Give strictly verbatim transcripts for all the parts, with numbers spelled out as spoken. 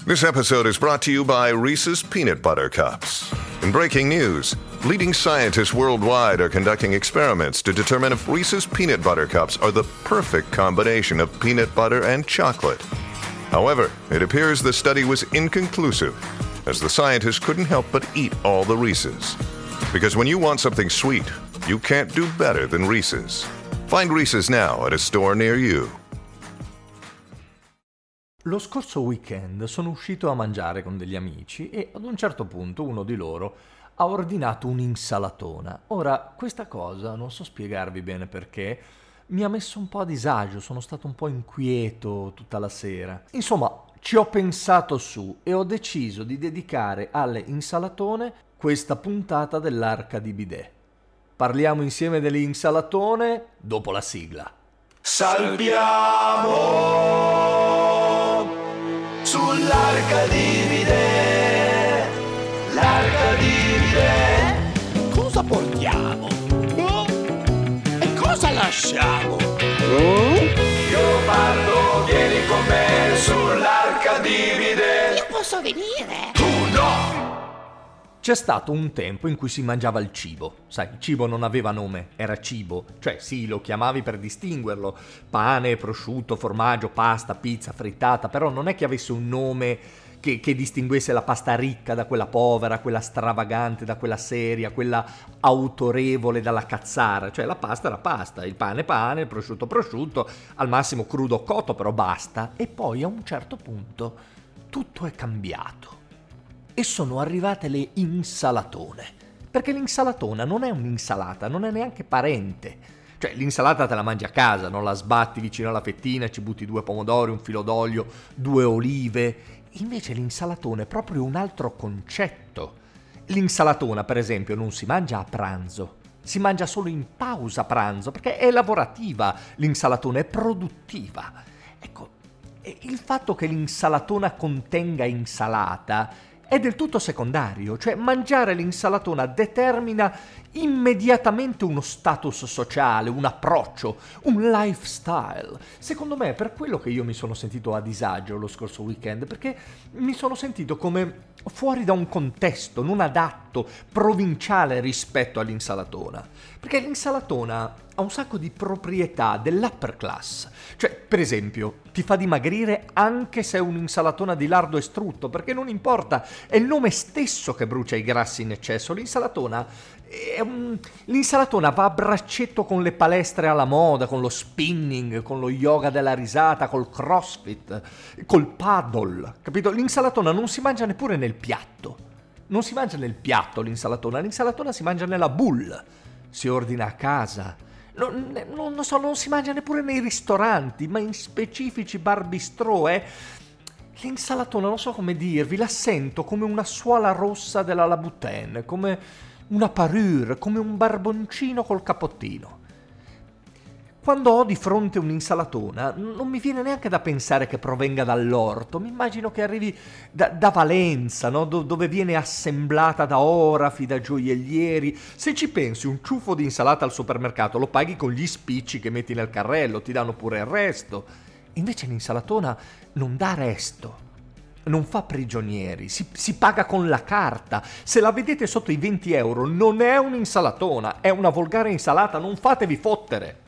This episode is brought to you by Reese's Peanut Butter Cups. In breaking news, leading scientists worldwide are conducting experiments to determine if Reese's Peanut Butter Cups are the perfect combination of peanut butter and chocolate. However, it appears the study was inconclusive, as the scientists couldn't help but eat all the Reese's. Because when you want something sweet, you can't do better than Reese's. Find Reese's now at a store near you. Lo scorso weekend sono uscito a mangiare con degli amici e ad un certo punto uno di loro ha ordinato un'insalatona. Ora, questa cosa, non so spiegarvi bene perché, mi ha messo un po' a disagio, sono stato un po' inquieto tutta la sera. Insomma, ci ho pensato su e ho deciso di dedicare alle insalatone questa puntata dell'Arca di Bidet. Parliamo insieme delle insalatone dopo la sigla. Salviamo sull'Arca di Bidet, l'Arca di Bidet. Cosa portiamo? Oh? E cosa lasciamo? Oh? Io parlo, vieni con me sull'Arca di Bidet. Io posso venire? Tu no! C'è stato un tempo in cui si mangiava il cibo. Sai, il cibo non aveva nome, era cibo. Cioè, sì, lo chiamavi per distinguerlo. Pane, prosciutto, formaggio, pasta, pizza, frittata. Però non è che avesse un nome che, che distinguesse la pasta ricca da quella povera, quella stravagante da quella seria, quella autorevole dalla cazzara. Cioè, la pasta era pasta, il pane pane, il prosciutto prosciutto, al massimo crudo o cotto, però basta. E poi, a un certo punto, tutto è cambiato. E sono arrivate le insalatone, perché l'insalatona non è un'insalata, non è neanche parente. Cioè, l'insalata te la mangi a casa, non la sbatti vicino alla fettina, ci butti due pomodori, un filo d'olio, due olive. Invece l'insalatona è proprio un altro concetto. L'insalatona, per esempio, non si mangia a pranzo, si mangia solo in pausa pranzo, perché è lavorativa, l'insalatona è produttiva. Ecco, il fatto che l'insalatona contenga insalata è del tutto secondario, cioè mangiare l'insalatona determina immediatamente uno status sociale, un approccio, un lifestyle. Secondo me è per quello che io mi sono sentito a disagio lo scorso weekend, perché mi sono sentito come fuori da un contesto, non adatto, provinciale rispetto all'insalatona. Perché l'insalatona ha un sacco di proprietà dell'upper class. Cioè, per esempio, ti fa dimagrire anche se è un'insalatona di lardo e strutto, perché non importa, è il nome stesso che brucia i grassi in eccesso. L'insalatona è un... l'insalatona va a braccetto con le palestre alla moda, con lo spinning, con lo yoga della risata, col crossfit, col paddle, capito? L'insalatona non si mangia neppure nel piatto. Non si mangia nel piatto l'insalatona, l'insalatona si mangia nella boule, si ordina a casa. Non, non, non so, non si mangia neppure nei ristoranti, ma in specifici bar bistrò, eh. L'insalatona, non so come dirvi, la sento come una suola rossa della Louboutin, come una parure, come un barboncino col capottino. Quando ho di fronte un'insalatona, non mi viene neanche da pensare che provenga dall'orto, mi immagino che arrivi da, da Valenza, no? Do, dove viene assemblata da orafi, da gioiellieri. Se ci pensi, un ciuffo di insalata al supermercato lo paghi con gli spicci che metti nel carrello, ti danno pure il resto. Invece l'insalatona non dà resto, non fa prigionieri, si, si paga con la carta. Se la vedete sotto i venti euro non è un'insalatona, è una volgare insalata, non fatevi fottere.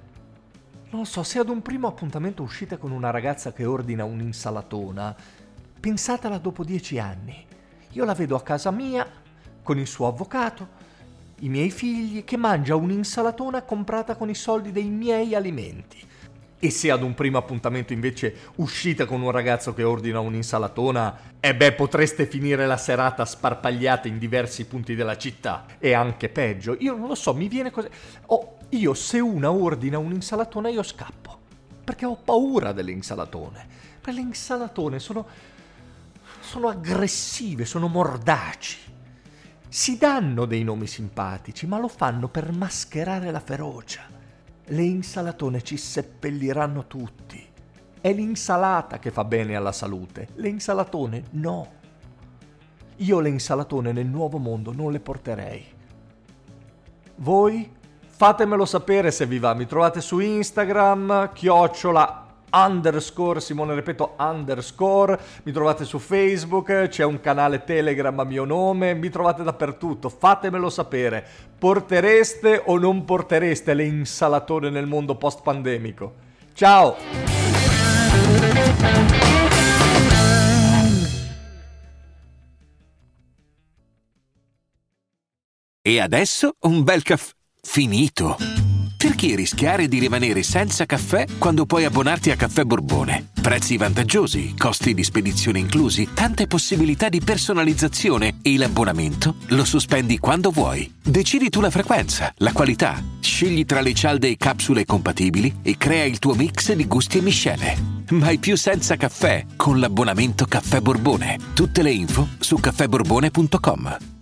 Non so, se ad un primo appuntamento uscite con una ragazza che ordina un'insalatona, pensatela dopo dieci anni. Io la vedo a casa mia, con il suo avvocato, i miei figli, che mangia un'insalatona comprata con i soldi dei miei alimenti. E se ad un primo appuntamento invece uscite con un ragazzo che ordina un'insalatona, e beh, potreste finire la serata sparpagliate in diversi punti della città. E anche peggio, io non lo so, mi viene così... Oh, io se una ordina un'insalatona io scappo, perché ho paura delle insalatone. Per le insalatone sono... sono aggressive, sono mordaci. Si danno dei nomi simpatici, ma lo fanno per mascherare la ferocia. Le insalatone ci seppelliranno tutti. È l'insalata che fa bene alla salute, le insalatone no. Io le insalatone nel nuovo mondo non le porterei. Voi? Fatemelo sapere se vi va, mi trovate su Instagram, chiocciola underscore Simone Repetto underscore, mi trovate su Facebook, c'è un canale Telegram a mio nome, mi trovate dappertutto, fatemelo sapere. Portereste o non portereste le insalatone nel mondo post pandemico? Ciao! E adesso un bel caffè finito. Perché rischiare di rimanere senza caffè quando puoi abbonarti a Caffè Borbone? Prezzi vantaggiosi, costi di spedizione inclusi, tante possibilità di personalizzazione e l'abbonamento lo sospendi quando vuoi. Decidi tu la frequenza, la qualità, scegli tra le cialde e capsule compatibili e crea il tuo mix di gusti e miscele. Mai più senza caffè con l'abbonamento Caffè Borbone. Tutte le info su caffè borbone punto com.